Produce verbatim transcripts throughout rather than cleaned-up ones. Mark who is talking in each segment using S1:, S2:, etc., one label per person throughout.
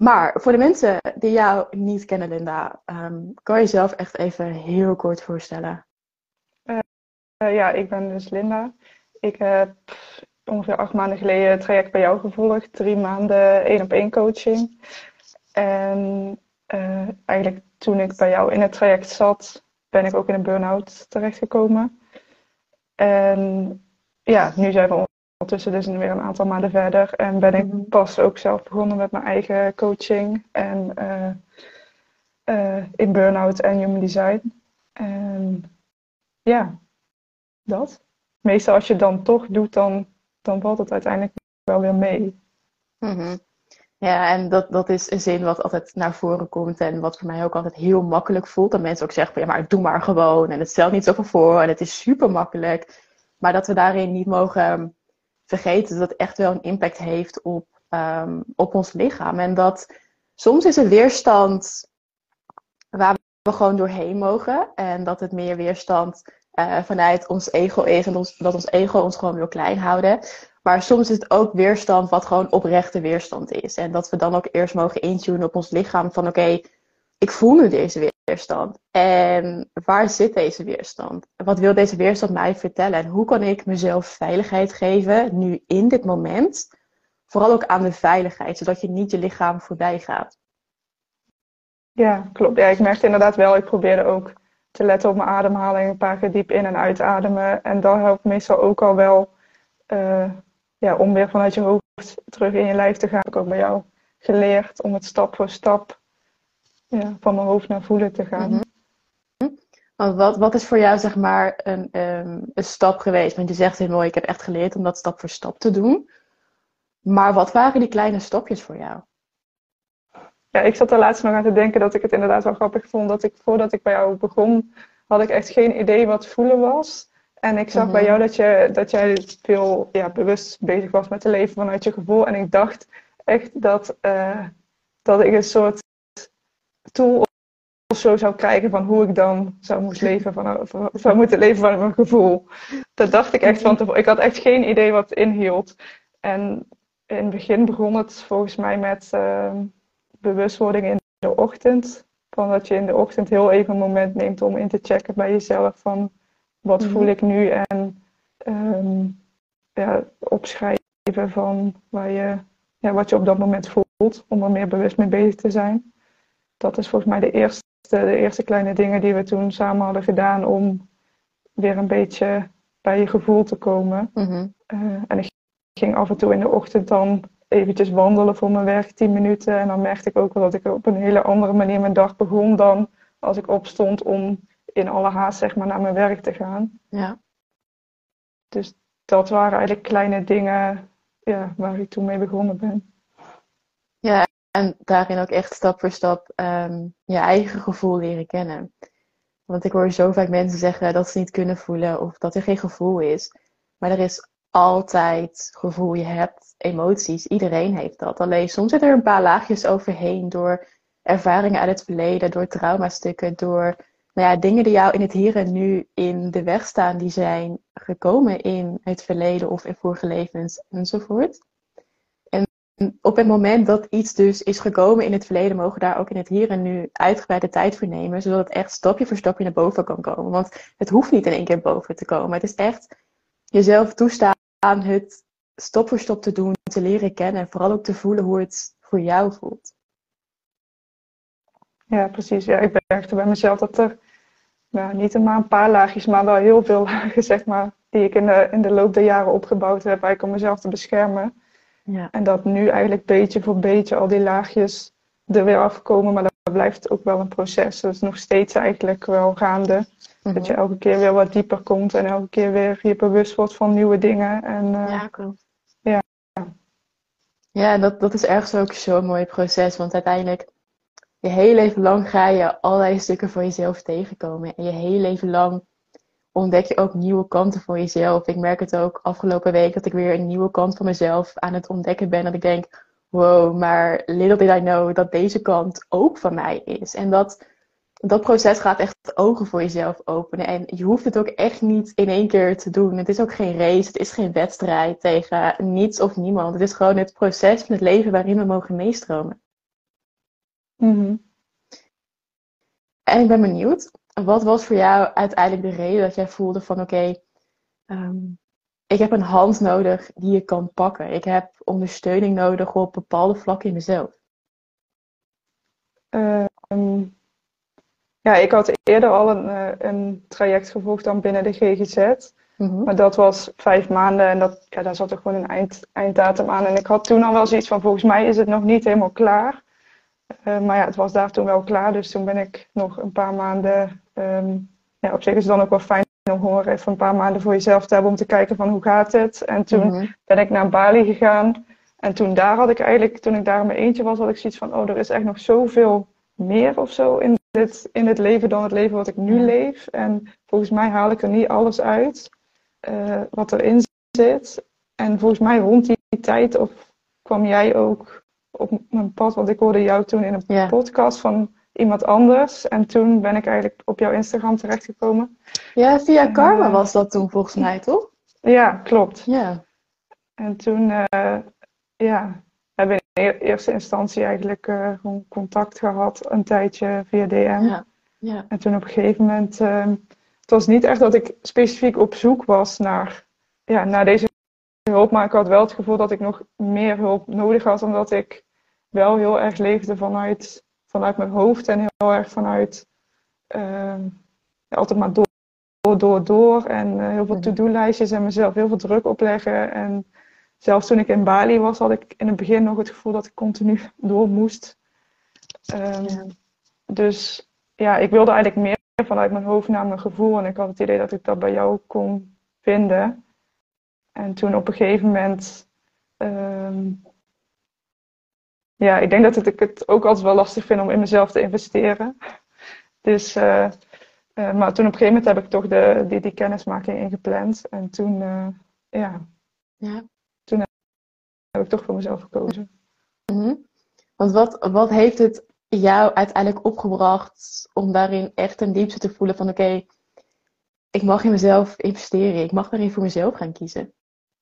S1: Maar voor de mensen die jou niet kennen, Linda, um, kan je jezelf echt even heel kort voorstellen?
S2: Uh, uh, ja, ik ben dus Linda. Ik heb ongeveer acht maanden geleden het traject bij jou gevolgd. Drie maanden één op één coaching. En uh, eigenlijk toen ik bij jou in het traject zat, ben ik ook in een burn-out terechtgekomen. En ja, nu zijn we ondertussen dus weer een aantal maanden verder. En ben ik
S1: Mm-hmm.
S2: pas ook zelf begonnen met mijn eigen coaching. En uh, uh, in burn-out en human design. En ja, dat. Meestal als je het dan toch doet, dan, dan valt het uiteindelijk wel weer mee.
S1: Mm-hmm. Ja, en dat, dat is een zin wat altijd naar voren komt en wat voor mij ook altijd heel makkelijk voelt. Dat mensen ook zeggen van ja, maar doe maar gewoon en het stelt niet zoveel voor en het is super makkelijk. Maar dat we daarin niet mogen vergeten dat het echt wel een impact heeft op, um, op ons lichaam. En dat soms is er weerstand waar we gewoon doorheen mogen. En dat het meer weerstand uh, vanuit ons ego is en ons, dat ons ego ons gewoon wil klein houden. Maar soms is het ook weerstand wat gewoon oprechte weerstand is. En dat we dan ook eerst mogen intunen op ons lichaam van oké, okay, ik voel nu deze weerstand. En waar zit deze weerstand? Wat wil deze weerstand mij vertellen? En hoe kan ik mezelf veiligheid geven nu in dit moment? Vooral ook aan de veiligheid, zodat je niet je lichaam voorbij gaat.
S2: Ja, klopt. Ja, ik merkte inderdaad wel, ik probeerde ook te letten op mijn ademhaling, een paar keer diep in- en uitademen. En dat helpt meestal ook al wel uh, ja, om weer vanuit je hoofd terug in je lijf te gaan. Heb ik ook bij jou geleerd om het stap voor stap ja, van mijn hoofd naar voelen te gaan.
S1: Mm-hmm. Want wat, wat is voor jou zeg maar een, um, een stap geweest? Want je zegt heel mooi, ik heb echt geleerd om dat stap voor stap te doen. Maar wat waren die kleine stapjes voor jou?
S2: Ja, ik zat er laatst nog aan te denken dat ik het inderdaad wel grappig vond. Dat ik voordat ik bij jou begon, had ik echt geen idee wat voelen was. En ik zag mm-hmm. bij jou dat, je, dat jij veel ja, bewust bezig was met te leven vanuit je gevoel. En ik dacht echt dat, uh, dat ik een soort tool of zo zou krijgen van hoe ik dan zou, moest leven van, zou moeten leven vanuit mijn gevoel. Dat dacht ik echt van tevoren. Ik had echt geen idee wat het inhield. En in het begin begon het volgens mij met uh, bewustwording in de ochtend. Van dat je in de ochtend heel even een moment neemt om in te checken bij jezelf van wat mm-hmm. voel ik nu en um, ja, opschrijven van waar je, ja, wat je op dat moment voelt. Om er meer bewust mee bezig te zijn. Dat is volgens mij de eerste, de eerste kleine dingen die we toen samen hadden gedaan om weer een beetje bij je gevoel te komen.
S1: Mm-hmm.
S2: Uh, en ik ging af en toe in de ochtend dan eventjes wandelen voor mijn werk, tien minuten. En dan merkte ik ook wel dat ik op een hele andere manier mijn dag begon dan als ik opstond om in alle haast zeg maar naar mijn werk te gaan.
S1: Ja.
S2: Dus dat waren eigenlijk kleine dingen ja, waar ik toen mee begonnen ben.
S1: Ja, en daarin ook echt stap voor stap um, je eigen gevoel leren kennen. Want ik hoor zo vaak mensen zeggen dat ze niet kunnen voelen of dat er geen gevoel is. Maar er is altijd gevoel. Je hebt emoties. Iedereen heeft dat. Alleen soms zitten er een paar laagjes overheen door ervaringen uit het verleden, door traumastukken, door nou ja, dingen die jou in het hier en nu in de weg staan, die zijn gekomen in het verleden of in vorige levens enzovoort. En op het moment dat iets dus is gekomen in het verleden, mogen we daar ook in het hier en nu uitgebreide tijd voor nemen, zodat het echt stapje voor stapje naar boven kan komen. Want het hoeft niet in één keer boven te komen. Het is echt jezelf toestaan het stap voor stap te doen, te leren kennen en vooral ook te voelen hoe het voor jou voelt.
S2: Ja, precies. Ja, ik merkte bij mezelf dat er nou, niet maar een paar laagjes, maar wel heel veel lagen, zeg maar, die ik in de, in de loop der jaren opgebouwd heb, eigenlijk om mezelf te beschermen.
S1: Ja. En
S2: dat nu eigenlijk beetje voor beetje al die laagjes er weer afkomen, maar dat blijft ook wel een proces. Dat is nog steeds eigenlijk wel gaande. Mm-hmm. Dat je elke keer weer wat dieper komt en elke keer weer je bewust wordt van nieuwe dingen. En, uh,
S1: ja, klopt.
S2: Ja,
S1: ja dat, dat is ergens ook zo'n mooi proces, want uiteindelijk je heel leven lang ga je allerlei stukken van jezelf tegenkomen. En je heel leven lang ontdek je ook nieuwe kanten van jezelf. Ik merk het ook afgelopen week dat ik weer een nieuwe kant van mezelf aan het ontdekken ben. Dat ik denk, wow, maar little did I know dat deze kant ook van mij is. En dat, dat proces gaat echt ogen voor jezelf openen. En je hoeft het ook echt niet in één keer te doen. Het is ook geen race, het is geen wedstrijd tegen niets of niemand. Het is gewoon het proces van het leven waarin we mogen meestromen.
S2: Mm-hmm.
S1: En ik ben benieuwd, wat was voor jou uiteindelijk de reden dat jij voelde van oké, okay, um, ik heb een hand nodig die je kan pakken. Ik heb ondersteuning nodig op bepaalde vlakken in mezelf.
S2: Um, ja, ik had eerder al een, een traject gevolgd dan binnen de G G Z. Mm-hmm. Maar dat was vijf maanden en dat, ja, daar zat er gewoon een eind, einddatum aan. En ik had toen al wel zoiets van, volgens mij is het nog niet helemaal klaar. Uh, maar ja, het was daar toen wel klaar. Dus toen ben ik nog een paar maanden... Um, ja, op zich is het dan ook wel fijn om gewoon even een paar maanden voor jezelf te hebben om te kijken van hoe gaat het. En toen mm-hmm. ben ik naar Bali gegaan. En toen daar had ik eigenlijk, toen ik daar in mijn eentje was, had ik zoiets van, oh, er is echt nog zoveel meer of zo in dit, in het leven dan het leven wat ik nu ja. leef. En volgens mij haal ik er niet alles uit uh, wat erin zit. En volgens mij rond die tijd of kwam jij ook op mijn pad, want ik hoorde jou toen in een ja. podcast van iemand anders. En toen ben ik eigenlijk op jouw Instagram terechtgekomen.
S1: Ja, via Karma uh, was dat toen volgens mij, toch?
S2: Ja, klopt.
S1: Ja.
S2: En toen, uh, ja, hebben we in eerste instantie eigenlijk uh, gewoon contact gehad, een tijdje via D M.
S1: Ja. Ja.
S2: En toen op een gegeven moment, uh, het was niet echt dat ik specifiek op zoek was naar, ja, naar deze hulp, maar ik had wel het gevoel dat ik nog meer hulp nodig had, omdat ik wel heel erg leefde vanuit, vanuit mijn hoofd en heel erg vanuit uh, ja, altijd maar door, door, door, door en uh, heel veel to-do-lijstjes en mezelf heel veel druk opleggen. En zelfs toen ik in Bali was, had ik in het begin nog het gevoel dat ik continu door moest. Um, ja. Dus ja, ik wilde eigenlijk meer vanuit mijn hoofd naar mijn gevoel en ik had het idee dat ik dat bij jou kon vinden. En toen op een gegeven moment, um, ja, ik denk dat het, ik het ook altijd wel lastig vind om in mezelf te investeren. Dus, uh, uh, maar toen op een gegeven moment heb ik toch de, die, die kennismaking ingepland. En toen, uh, ja,
S1: ja,
S2: toen heb ik toch voor mezelf gekozen.
S1: Mm-hmm. Want wat, wat heeft het jou uiteindelijk opgebracht om daarin echt ten diepste te voelen van oké, okay, ik mag in mezelf investeren. Ik mag daarin voor mezelf gaan kiezen.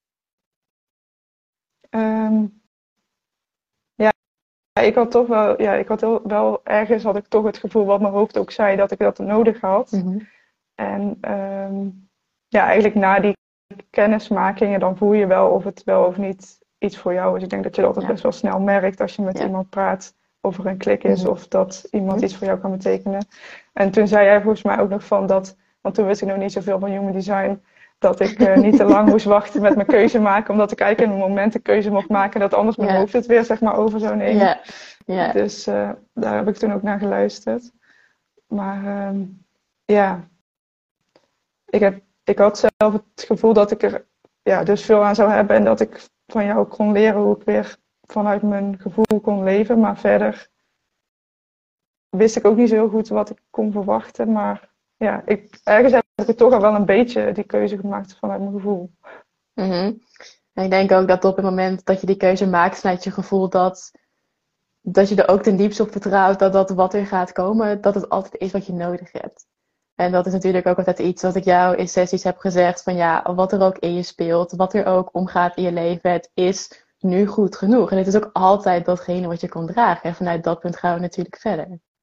S2: Um, ja, ik had toch wel, ja, ik had heel, wel ergens had ik toch het gevoel wat mijn hoofd ook zei dat ik dat nodig had.
S1: Mm-hmm.
S2: En um, ja, eigenlijk na die kennismakingen dan voel je wel of het wel of niet iets voor jou is. Ik denk dat je dat altijd ja. best wel snel merkt als je met ja. iemand praat of er een klik is mm-hmm. of dat iemand mm-hmm. iets voor jou kan betekenen. En toen zei jij volgens mij ook nog van dat, want toen wist ik nog niet zoveel van human design, dat ik uh, niet te lang moest wachten met mijn keuze maken, omdat ik eigenlijk in een moment een keuze mocht maken dat anders mijn yeah. hoofd het weer zeg maar over zou nemen.
S1: Yeah. Yeah.
S2: Dus uh, daar heb ik toen ook naar geluisterd. Maar um, ja, ik, heb, ik had zelf het gevoel dat ik er ja, dus veel aan zou hebben en dat ik van jou kon leren hoe ik weer vanuit mijn gevoel kon leven. Maar verder wist ik ook niet zo heel goed wat ik kon verwachten. Maar ja, ik, ergens heb ik toch al wel een beetje die keuze gemaakt vanuit mijn gevoel.
S1: Mm-hmm. En ik denk ook dat op het moment dat je die keuze maakt vanuit je gevoel dat, dat je er ook ten diepste op vertrouwt dat dat wat er gaat komen, dat het altijd is wat je nodig hebt. En dat is natuurlijk ook altijd iets wat ik jou in sessies heb gezegd van ja, wat er ook in je speelt, wat er ook omgaat in je leven, het is nu goed genoeg. En het is ook altijd datgene wat je kan dragen. En vanuit dat punt gaan we natuurlijk verder.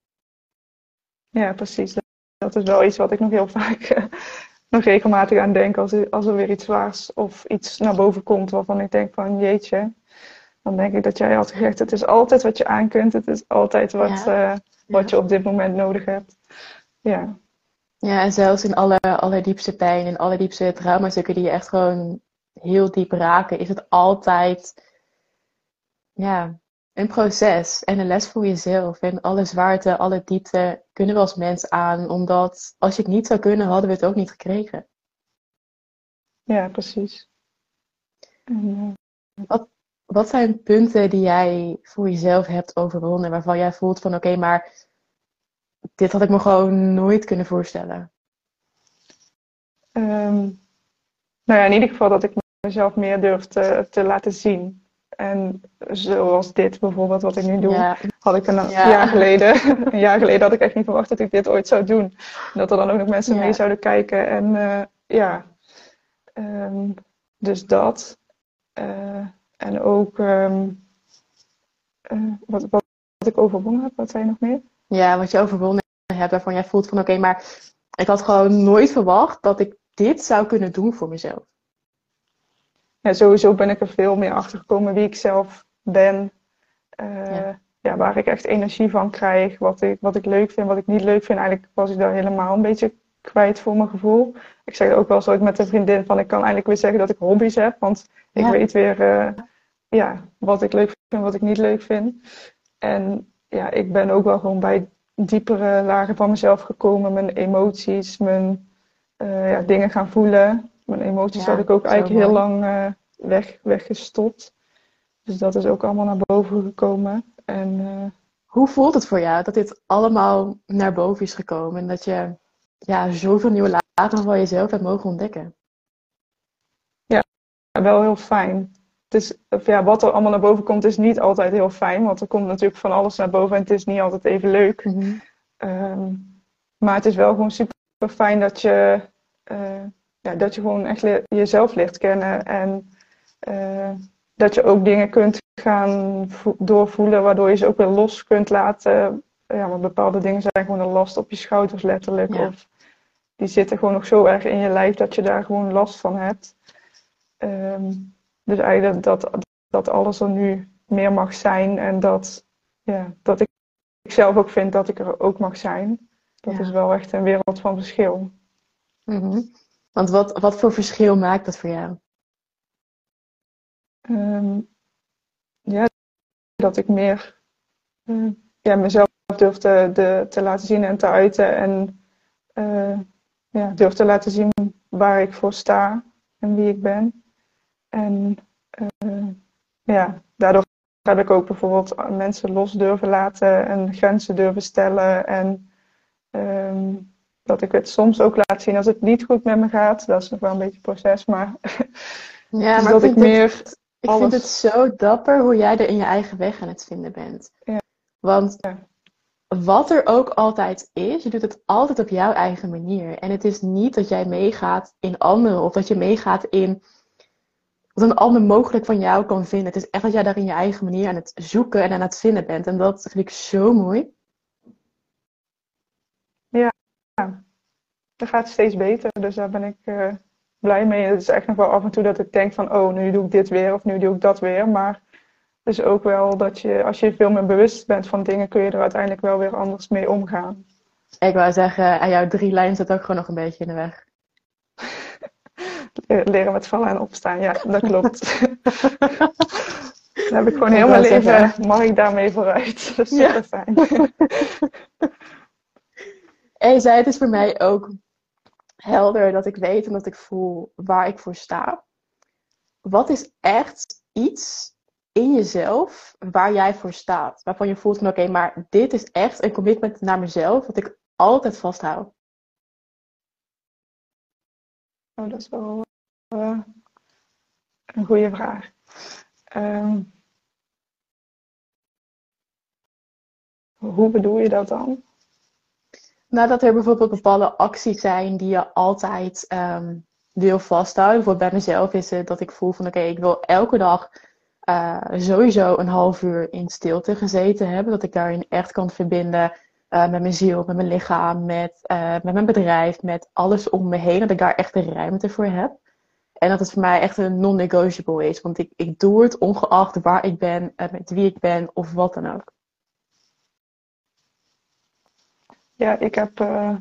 S2: Ja, precies. Dat is wel iets wat ik nog heel vaak uh, nog regelmatig aan denk als, als er weer iets zwaars of iets naar boven komt waarvan ik denk van jeetje. Dan denk ik dat jij had gezegd, het is altijd wat je aan kunt. Het is altijd wat, ja. uh, wat ja. je op dit moment nodig hebt. Ja.
S1: Ja, en zelfs in alle allerdiepste pijn en allerdiepste traumastukken die je echt gewoon heel diep raken, is het altijd ja, een proces en een les voor jezelf. En alle zwaarte, alle diepte kunnen we als mens aan, omdat als je het niet zou kunnen, hadden we het ook niet gekregen.
S2: Ja, precies. En, uh...
S1: wat, wat zijn punten die jij voor jezelf hebt overwonnen, waarvan jij voelt van oké, okay, maar dit had ik me gewoon nooit kunnen voorstellen?
S2: Um, nou ja, in ieder geval dat ik mezelf meer durf te, te laten zien. En zoals dit bijvoorbeeld, wat ik nu doe, ja. had ik een ja. jaar geleden, een jaar geleden had ik echt niet verwacht dat ik dit ooit zou doen. En dat er dan ook nog mensen ja. mee zouden kijken. En uh, ja, um, dus dat. Uh, en ook, um, uh, wat, wat ik overwonnen heb. Wat zei je nog meer?
S1: Ja, wat je overwonnen hebt, waarvan jij voelt van oké, okay, maar ik had gewoon nooit verwacht dat ik dit zou kunnen doen voor mezelf.
S2: Ja, sowieso ben ik er veel meer achter gekomen wie ik zelf ben. Uh, ja. Ja, waar ik echt energie van krijg. Wat ik, wat ik leuk vind, wat ik niet leuk vind. Eigenlijk was ik daar helemaal een beetje kwijt voor mijn gevoel. Ik zeg ook wel zo met een vriendin van ik kan eigenlijk weer zeggen dat ik hobby's heb. Want ik ja. weet weer uh, ja, wat ik leuk vind en wat ik niet leuk vind. En ja, ik ben ook wel gewoon bij diepere lagen van mezelf gekomen. Mijn emoties, mijn uh, ja, dingen gaan voelen. Mijn emoties ja, had ik ook eigenlijk mooi. heel lang uh, weg, weggestopt. Dus dat is ook allemaal naar boven gekomen. En, uh,
S1: hoe voelt het voor jou dat dit allemaal naar boven is gekomen? En dat je ja, zoveel nieuwe lagen van jezelf hebt mogen ontdekken?
S2: Ja, wel heel fijn. Het is, of ja, wat er allemaal naar boven komt is niet altijd heel fijn. Want er komt natuurlijk van alles naar boven en het is niet altijd even leuk.
S1: Mm-hmm.
S2: Um, maar het is wel gewoon super fijn dat je, uh, ja, dat je gewoon echt le- jezelf leert kennen. En uh, dat je ook dingen kunt gaan vo- doorvoelen, waardoor je ze ook weer los kunt laten. Ja, want bepaalde dingen zijn gewoon een last op je schouders letterlijk.
S1: Ja.
S2: Of die zitten gewoon nog zo erg in je lijf dat je daar gewoon last van hebt. Um, dus eigenlijk dat, dat, dat alles er nu meer mag zijn. En dat, ja, dat ik zelf ook vind dat ik er ook mag zijn. Dat ja. is wel echt een wereld van verschil.
S1: Mm-hmm. Want wat, wat voor verschil maakt dat voor jou?
S2: Um, ja, dat ik meer uh, ja, mezelf durf te, de, te laten zien en te uiten. En uh, ja, durf te laten zien waar ik voor sta en wie ik ben. En uh, ja, daardoor heb ik ook bijvoorbeeld mensen los durven laten en grenzen durven stellen. En um, dat ik het soms ook laat zien als het niet goed met me gaat. Dat is nog wel een beetje een proces, maar,
S1: ja,
S2: dus
S1: maar
S2: dat
S1: ik,
S2: ik meer
S1: het, ik alles... vind het zo dapper hoe jij er in je eigen weg aan het vinden bent.
S2: Ja.
S1: Want
S2: ja.
S1: wat er ook altijd is, je doet het altijd op jouw eigen manier. En het is niet dat jij meegaat in anderen of dat je meegaat in wat een ander mogelijk van jou kan vinden. Het is echt dat jij daar in je eigen manier aan het zoeken en aan het vinden bent. En dat vind ik zo mooi.
S2: Ja, dat gaat steeds beter. Dus daar ben ik uh, blij mee. Het is echt nog wel af en toe dat ik denk van, oh, nu doe ik dit weer of nu doe ik dat weer. Maar het is ook wel dat je, als je veel meer bewust bent van dingen, kun je er uiteindelijk wel weer anders mee omgaan.
S1: Ik wou zeggen, aan jouw drie lijn zit ook gewoon nog een beetje in de weg.
S2: Leren met vallen en opstaan, ja, dat klopt. Dan heb ik gewoon heel mijn leven, mag ik daarmee vooruit. Dat is super fijn.
S1: En je zei, het is voor mij ook helder dat ik weet en dat ik voel waar ik voor sta. Wat is echt iets in jezelf waar jij voor staat? Waarvan je voelt van oké, okay, maar dit is echt een commitment naar mezelf dat ik altijd vasthoud.
S2: Oh, dat is wel uh, een goede vraag. Um, hoe bedoel je dat dan?
S1: Nou, dat er bijvoorbeeld bepaalde acties zijn die je altijd um, wil vasthouden. Bijvoorbeeld bij mezelf is het dat ik voel van oké, okay, ik wil elke dag uh, sowieso een half uur in stilte gezeten hebben. Dat ik daarin echt kan verbinden uh, met mijn ziel, met mijn lichaam, met, uh, met mijn bedrijf, met alles om me heen. Dat ik daar echt de ruimte voor heb. En dat het voor mij echt een non-negotiable is. Want ik, ik doe het ongeacht waar ik ben, uh, met wie ik ben of wat dan ook.
S2: Ja, ik heb uh,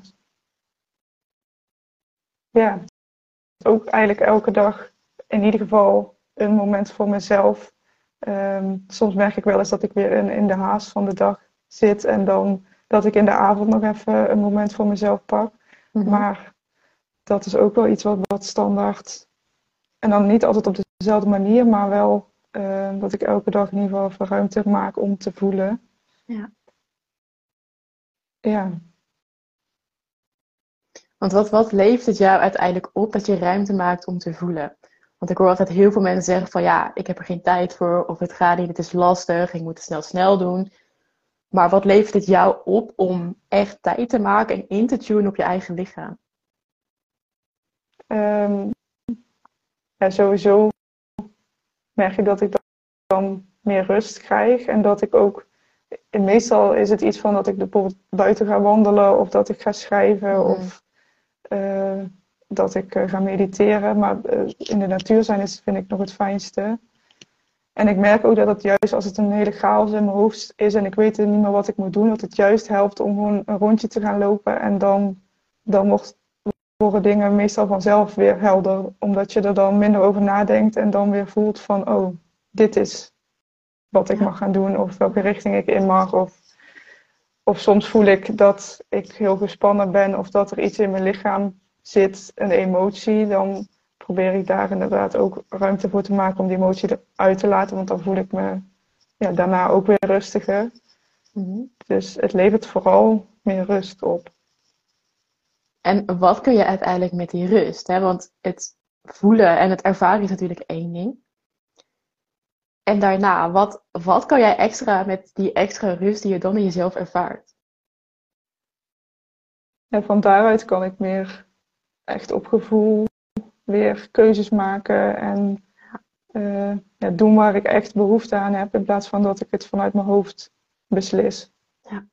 S2: ja, ook eigenlijk elke dag in ieder geval een moment voor mezelf. Um, soms merk ik wel eens dat ik weer in, in de haast van de dag zit en dan dat ik in de avond nog even een moment voor mezelf pak. Mm-hmm. Maar dat is ook wel iets wat, wat standaard, en dan niet altijd op dezelfde manier, maar wel uh, dat ik elke dag in ieder geval even ruimte maak om te voelen.
S1: Ja.
S2: Ja.
S1: Want wat, wat levert het jou uiteindelijk op dat je ruimte maakt om te voelen? Want ik hoor altijd heel veel mensen zeggen van ja, ik heb er geen tijd voor. Of het gaat niet, het is lastig, ik moet het snel snel doen. Maar wat levert het jou op om echt tijd te maken en in te tunen op je eigen lichaam?
S2: Um, ja, sowieso merk ik dat ik dan meer rust krijg. En dat ik ook en meestal is het iets van dat ik bijvoorbeeld buiten ga wandelen of dat ik ga schrijven
S1: Mm.
S2: of uh, dat ik uh, ga mediteren. Maar uh, in de natuur zijn is, vind ik nog het fijnste. En ik merk ook dat het juist als het een hele chaos in mijn hoofd is en ik weet niet meer wat ik moet doen, dat het juist helpt om gewoon een rondje te gaan lopen en dan, dan wordt, worden dingen meestal vanzelf weer helder. Omdat je er dan minder over nadenkt en dan weer voelt van, oh, dit is wat ik
S1: Ja.
S2: mag gaan doen of welke richting ik in mag. Of, of soms voel ik dat ik heel gespannen ben of dat er iets in mijn lichaam zit, een emotie. Dan probeer ik daar inderdaad ook ruimte voor te maken om die emotie eruit te laten. Want dan voel ik me ja, daarna ook weer rustiger.
S1: Mm-hmm.
S2: Dus het levert vooral meer rust op.
S1: En wat kun je uiteindelijk met die rust? Hè? Want het voelen en het ervaren is natuurlijk één ding. En daarna, wat, wat kan jij extra met die extra rust die je dan in jezelf ervaart?
S2: En van daaruit kan ik meer echt op gevoel weer keuzes maken en uh, ja, doen waar ik echt behoefte aan heb, in plaats van dat ik het vanuit mijn hoofd beslis.
S1: Ja.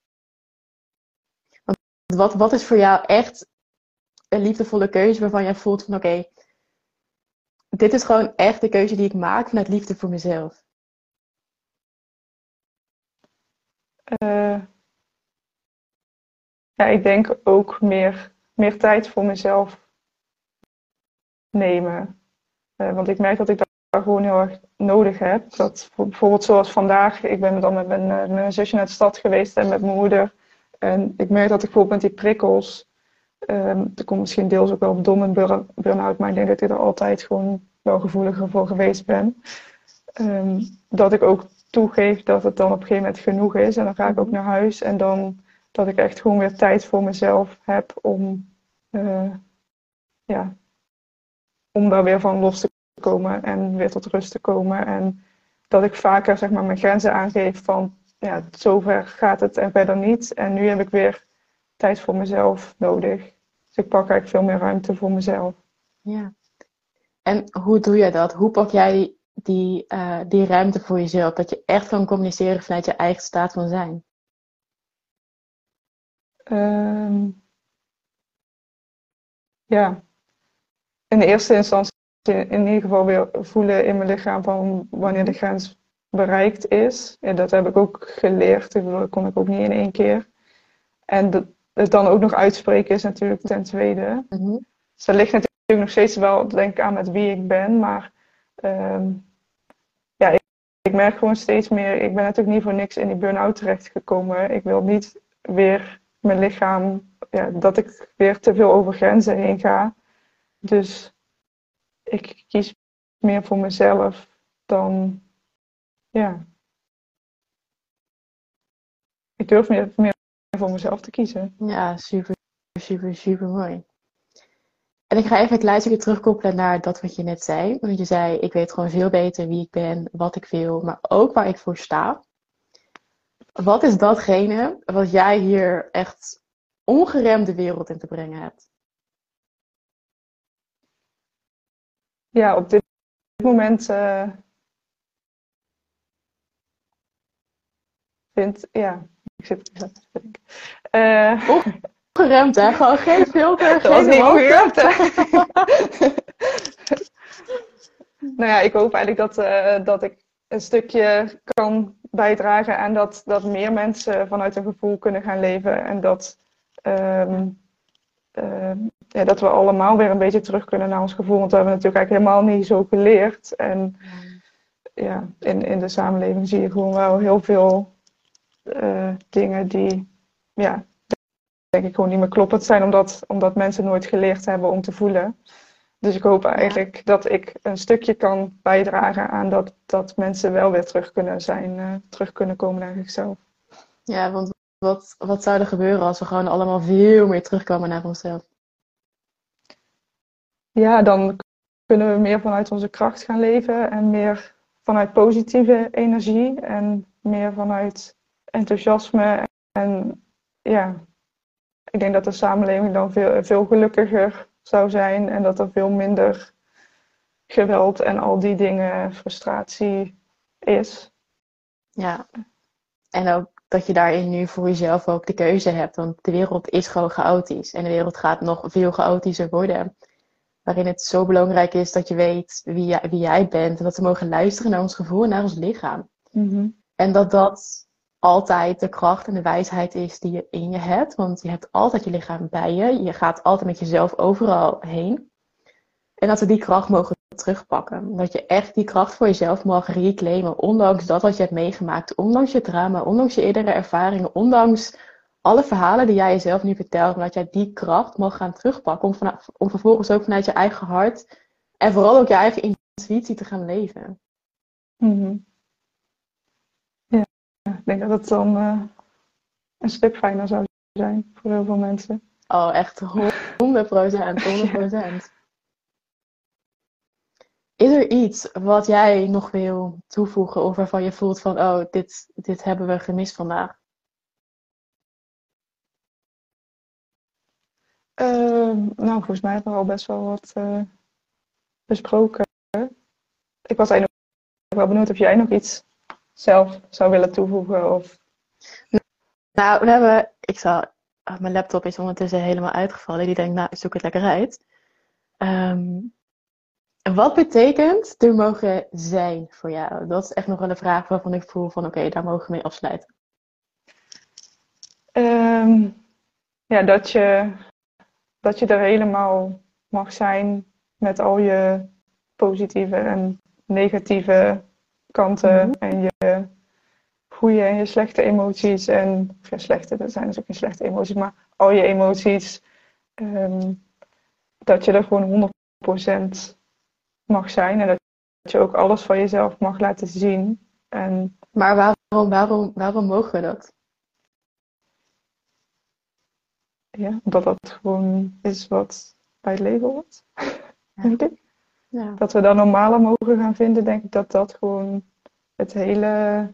S1: Want wat, wat is voor jou echt een liefdevolle keuze waarvan jij voelt van oké, okay, dit is gewoon echt de keuze die ik maak vanuit liefde voor mezelf?
S2: Uh, ja, ik denk ook meer, meer tijd voor mezelf nemen. Uh, want ik merk dat ik dat gewoon heel erg nodig heb. Dat bijvoorbeeld zoals vandaag, ik ben dan met mijn, uh, mijn zusje naar de stad geweest en met mijn moeder. En ik merk dat ik bijvoorbeeld met die prikkels, um, er komt misschien deels ook wel op dom en burn-out, maar ik denk dat ik er altijd gewoon wel gevoeliger voor geweest ben. Um, dat ik ook toegeef dat het dan op een gegeven moment genoeg is. En dan ga ik ook naar huis en dan dat ik echt gewoon weer tijd voor mezelf heb om, uh, ja, om daar weer van los te komen en weer tot rust te komen. En dat ik vaker zeg maar mijn grenzen aangeef van ja, zover gaat het en verder niet. En nu heb ik weer tijd voor mezelf nodig. Dus ik pak eigenlijk veel meer ruimte voor mezelf.
S1: Ja. En hoe doe je dat? Hoe pak jij die, uh, die ruimte voor jezelf? Dat je echt kan communiceren vanuit je eigen staat van zijn?
S2: Um, ja. In de eerste instantie in ieder geval weer voelen in mijn lichaam van wanneer de grens bereikt is. Ja, dat heb ik ook geleerd. Dat kon ik ook niet in één keer. En dat, het dan ook nog uitspreken is natuurlijk ten tweede.
S1: Mm-hmm.
S2: Dus dat ligt natuurlijk nog steeds wel, denk ik, aan met wie ik ben. Maar um, ja, ik, ik merk gewoon steeds meer, ik ben natuurlijk niet voor niks in die burn-out terechtgekomen. Ik wil niet weer mijn lichaam, ja, dat ik weer te veel over grenzen heen ga. Dus ik kies meer voor mezelf dan, ja. Ik durf meer, meer voor mezelf te kiezen.
S1: Ja, super, super, super mooi. En ik ga even een klein stukje terugkoppelen naar dat wat je net zei. Want je zei, ik weet gewoon veel beter wie ik ben, wat ik wil, maar ook waar ik voor sta. Wat is datgene wat jij hier echt ongeremd de wereld in te brengen hebt?
S2: Ja, op dit moment uh, vind ja, ik zit er te denken. Uh,
S1: ongeremd, hè? Gewoon geen filter,
S2: dat
S1: geen
S2: was niet ongeremd, hè? Nou ja, ik hoop eigenlijk dat, uh, dat ik een stukje kan bijdragen aan dat, dat meer mensen vanuit een gevoel kunnen gaan leven. En dat, um, uh, ja, dat we allemaal weer een beetje terug kunnen naar ons gevoel. Want we hebben natuurlijk eigenlijk helemaal niet zo geleerd. En ja, in, in de samenleving zie je gewoon wel heel veel uh, dingen die, ja, denk ik gewoon niet meer kloppend zijn. Omdat, omdat mensen nooit geleerd hebben om te voelen. Dus ik hoop eigenlijk ja. dat ik een stukje kan bijdragen aan dat, dat mensen wel weer terug kunnen zijn, uh, terug kunnen komen naar zichzelf.
S1: Ja, want wat, wat zou er gebeuren als we gewoon allemaal veel meer terugkomen naar onszelf?
S2: Ja, dan kunnen we meer vanuit onze kracht gaan leven en meer vanuit positieve energie en meer vanuit enthousiasme. En ja, ik denk dat de samenleving dan veel, veel gelukkiger zou zijn en dat er veel minder geweld en al die dingen, frustratie is.
S1: Ja, En ook dat je daarin nu voor jezelf ook de keuze hebt. Want de wereld is gewoon chaotisch. En de wereld gaat nog veel chaotischer worden. Waarin het zo belangrijk is dat je weet wie jij, wie jij bent. En dat we mogen luisteren naar ons gevoel en naar ons lichaam.
S2: Mm-hmm.
S1: En dat dat altijd de kracht en de wijsheid is die je in je hebt. Want je hebt altijd je lichaam bij je. Je gaat altijd met jezelf overal heen. En dat we die kracht mogen terugpakken. Dat je echt die kracht voor jezelf mag reclaimen. Ondanks dat wat je hebt meegemaakt. Ondanks je drama. Ondanks je eerdere ervaringen. Ondanks alle verhalen die jij jezelf nu vertelt. Maar dat jij die kracht mag gaan terugpakken. Om, van, om vervolgens ook vanuit je eigen hart. En vooral ook je eigen intuïtie te gaan leven.
S2: Mm-hmm. Ja, ik denk dat het dan uh, een stuk fijner zou zijn voor heel veel mensen.
S1: Oh, echt honderd procent. honderd procent. Is er iets wat jij nog wil toevoegen of waarvan je voelt van, oh, dit, dit hebben we gemist vandaag?
S2: Uh, nou, volgens mij hebben we al best wel wat uh, besproken. Ik was eigenlijk wel benieuwd of jij nog iets zelf zou willen toevoegen. Of...
S1: Nou, we hebben, ik zal, oh, mijn laptop is ondertussen helemaal uitgevallen. Die denkt, nou, ik zoek het lekker uit. Um, Wat betekent er mogen zijn voor jou? Dat is echt nog wel een vraag waarvan ik voel van oké, okay, daar mogen we mee afsluiten.
S2: Um, ja, dat je, dat je er helemaal mag zijn met al je positieve en negatieve kanten. Mm-hmm. En je goede en je slechte emoties. En, of ja, slechte, dat zijn dus ook geen slechte emoties, maar al je emoties. Um, dat je er gewoon honderd procent mag zijn en dat je ook alles van jezelf mag laten zien. En...
S1: Maar waarom, waarom, waarom mogen we dat?
S2: Ja, omdat dat gewoon is wat bij het leven hoort, ja. Denk ik. Ja. Dat we dat normaler mogen gaan vinden, denk ik dat dat gewoon het hele,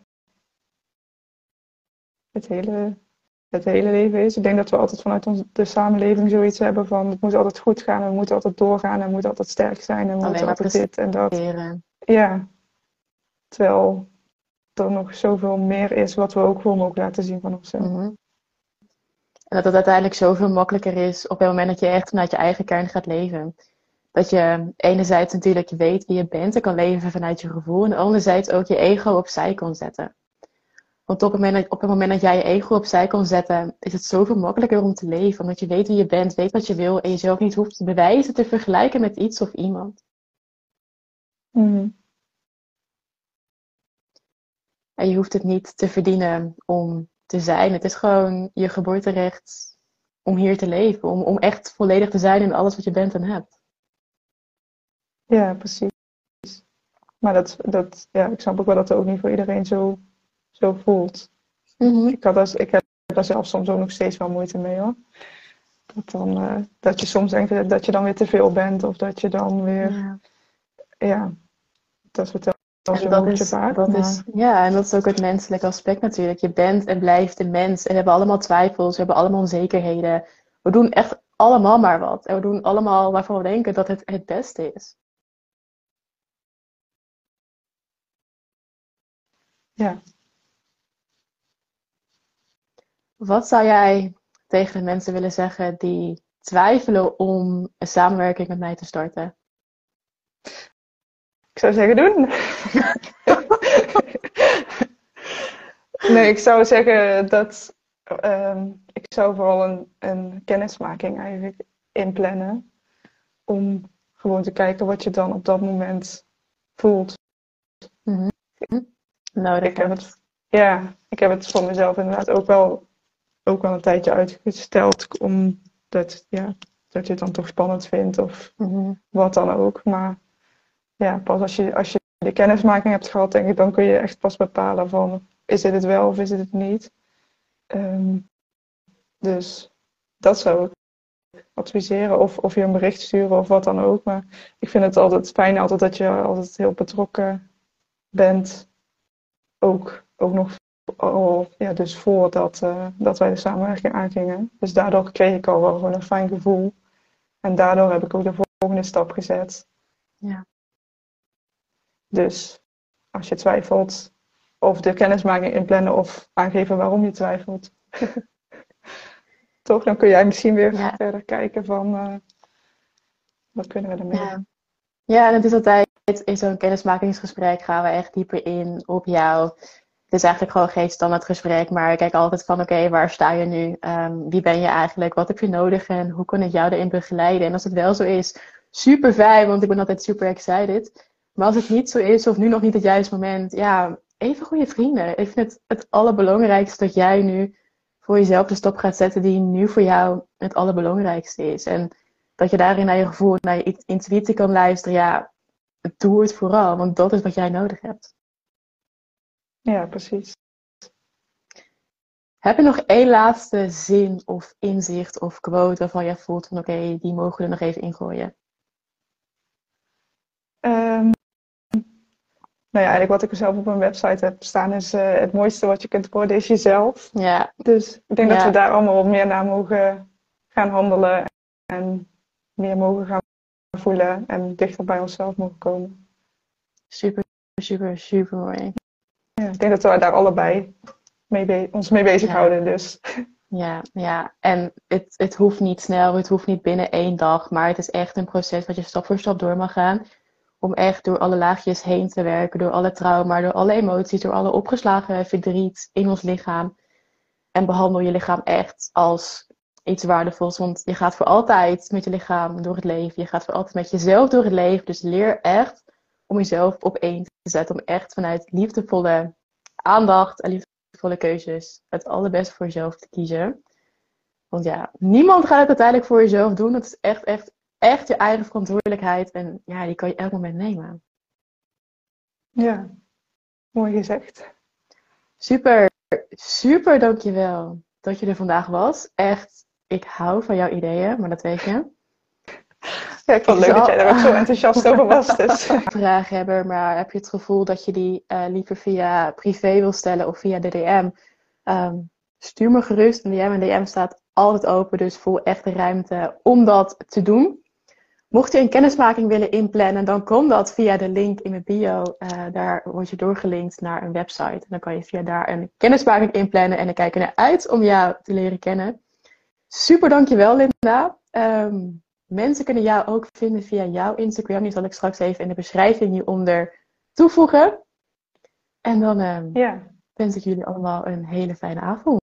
S2: het hele, het hele leven is. Ik denk dat we altijd vanuit onze, de samenleving zoiets hebben van het moet altijd goed gaan, en we moeten altijd doorgaan en we moeten altijd sterk zijn en we moeten altijd dit en dat. Ja, terwijl er nog zoveel meer is wat we ook gewoon mogen laten zien van onszelf.
S1: Mm-hmm. En dat het uiteindelijk zoveel makkelijker is op het moment dat je echt vanuit je eigen kern gaat leven. Dat je enerzijds natuurlijk weet wie je bent en kan leven vanuit je gevoel. En anderzijds ook je ego opzij kan zetten. Want op het, moment dat, op het moment dat jij je ego opzij kan zetten, is het zoveel makkelijker om te leven. Omdat je weet wie je bent, weet wat je wil en jezelf niet hoeft te bewijzen, te vergelijken met iets of iemand.
S2: Mm.
S1: En je hoeft het niet te verdienen om te zijn. Het is gewoon je geboorterecht om hier te leven. Om, om echt volledig te zijn in alles wat je bent en hebt.
S2: Ja, precies. Maar dat, dat, ja, ik snap ook wel dat het ook niet voor iedereen zo, zo voelt. Mm-hmm. Ik, had als, ik heb daar zelf soms ook nog steeds wel moeite mee hoor. Dat, dan, uh, dat je soms denkt dat je dan weer te veel bent. Of dat je dan weer... Ja, ja dat vertelt als je
S1: dat is,
S2: vaak.
S1: Dat
S2: maar...
S1: is, ja, en dat is ook het menselijke aspect natuurlijk. Je bent en blijft een mens. En we hebben allemaal twijfels. We hebben allemaal onzekerheden. We doen echt allemaal maar wat. En we doen allemaal waarvan we denken dat het het beste is.
S2: Ja.
S1: Wat zou jij tegen de mensen willen zeggen die twijfelen om een samenwerking met mij te starten?
S2: Ik zou zeggen doen. Nee, ik zou zeggen dat um, ik zou vooral een, een kennismaking eigenlijk inplannen. Om gewoon te kijken wat je dan op dat moment voelt.
S1: Mm-hmm. Nou,
S2: ik heb het, ja, ik heb het voor mezelf inderdaad ook wel, ook wel een tijdje uitgesteld. Omdat ja, dat je het dan toch spannend vindt of mm-hmm. wat dan ook. Maar ja, pas als je, als je de kennismaking hebt gehad, denk ik, dan kun je echt pas bepalen van, is dit het wel of is dit het niet? Um, dus dat zou ik adviseren. Of, of je een bericht sturen of wat dan ook. Maar ik vind het altijd fijn altijd dat je altijd heel betrokken bent. Ook, ook nog al, ja, dus voordat uh, dat wij de samenwerking aangingen. Dus daardoor kreeg ik al wel gewoon een fijn gevoel. En daardoor heb ik ook de volgende stap gezet.
S1: Ja.
S2: Dus als je twijfelt, of de kennismaking inplannen of aangeven waarom je twijfelt. Toch? Dan kun jij misschien weer
S1: Ja.
S2: verder kijken van uh, wat kunnen we ermee.
S1: Ja. Ja, en het is altijd in zo'n kennismakingsgesprek gaan we echt dieper in op jou. Het is eigenlijk gewoon geen standaard gesprek, maar ik kijk altijd van oké, okay, waar sta je nu? Um, wie ben je eigenlijk? Wat heb je nodig? En hoe kan ik jou erin begeleiden? En als het wel zo is, super fijn, want ik ben altijd super excited. Maar als het niet zo is, of nu nog niet het juiste moment, ja, even goede vrienden. Ik vind het het allerbelangrijkste dat jij nu voor jezelf de stap gaat zetten die nu voor jou het allerbelangrijkste is. En dat je daarin naar je gevoel, naar je intuïtie kan luisteren. Ja, doe het vooral, want dat is wat jij nodig hebt.
S2: Ja, precies.
S1: Heb je nog één laatste zin of inzicht of quote waarvan jij voelt van oké, okay, die mogen we er nog even ingooien?
S2: Um, nou ja, eigenlijk wat ik zelf op mijn website heb staan is uh, het mooiste wat je kunt worden is jezelf.
S1: Ja.
S2: Dus ik denk
S1: ja.
S2: dat we daar allemaal wat meer naar mogen gaan handelen en meer mogen gaan voelen en dichter bij onszelf mogen komen.
S1: Super, super, super mooi.
S2: Ja, ik denk dat we daar allebei mee be- ons mee bezighouden. Ja. Dus.
S1: Ja, ja, en het, het hoeft niet snel, het hoeft niet binnen één dag, maar het is echt een proces wat je stap voor stap door mag gaan. Om echt door alle laagjes heen te werken, door alle trauma, door alle emoties, door alle opgeslagen verdriet in ons lichaam. En behandel je lichaam echt als iets waardevols, want je gaat voor altijd met je lichaam door het leven. Je gaat voor altijd met jezelf door het leven, dus leer echt om jezelf op één te zetten. Om echt vanuit liefdevolle aandacht en liefdevolle keuzes het allerbeste voor jezelf te kiezen. Want ja, niemand gaat het uiteindelijk voor jezelf doen. Het is echt, echt, echt je eigen verantwoordelijkheid. En ja, die kan je elk moment nemen.
S2: Ja, mooi gezegd.
S1: Super, super dankjewel dat je er vandaag was. Echt, ik hou van jouw ideeën, maar dat weet je.
S2: Ja, ik vond het leuk dat jij er ook zo enthousiast over was. Dus.
S1: Vragen hebben, maar heb je het gevoel dat je die uh, liever via privé wil stellen of via de D M? Um, stuur me gerust een D M. Een D M staat altijd open, dus voel echt de ruimte om dat te doen. Mocht je een kennismaking willen inplannen, dan kan dat via de link in mijn bio. Uh, daar word je doorgelinkt naar een website. En dan kan je via daar een kennismaking inplannen. En ik kijk er naar uit om jou te leren kennen. Super dankjewel, Linda. Um, mensen kunnen jou ook vinden via jouw Instagram. Die zal ik straks even in de beschrijving hieronder toevoegen. En dan um,
S2: ja.
S1: wens ik jullie allemaal een hele fijne avond.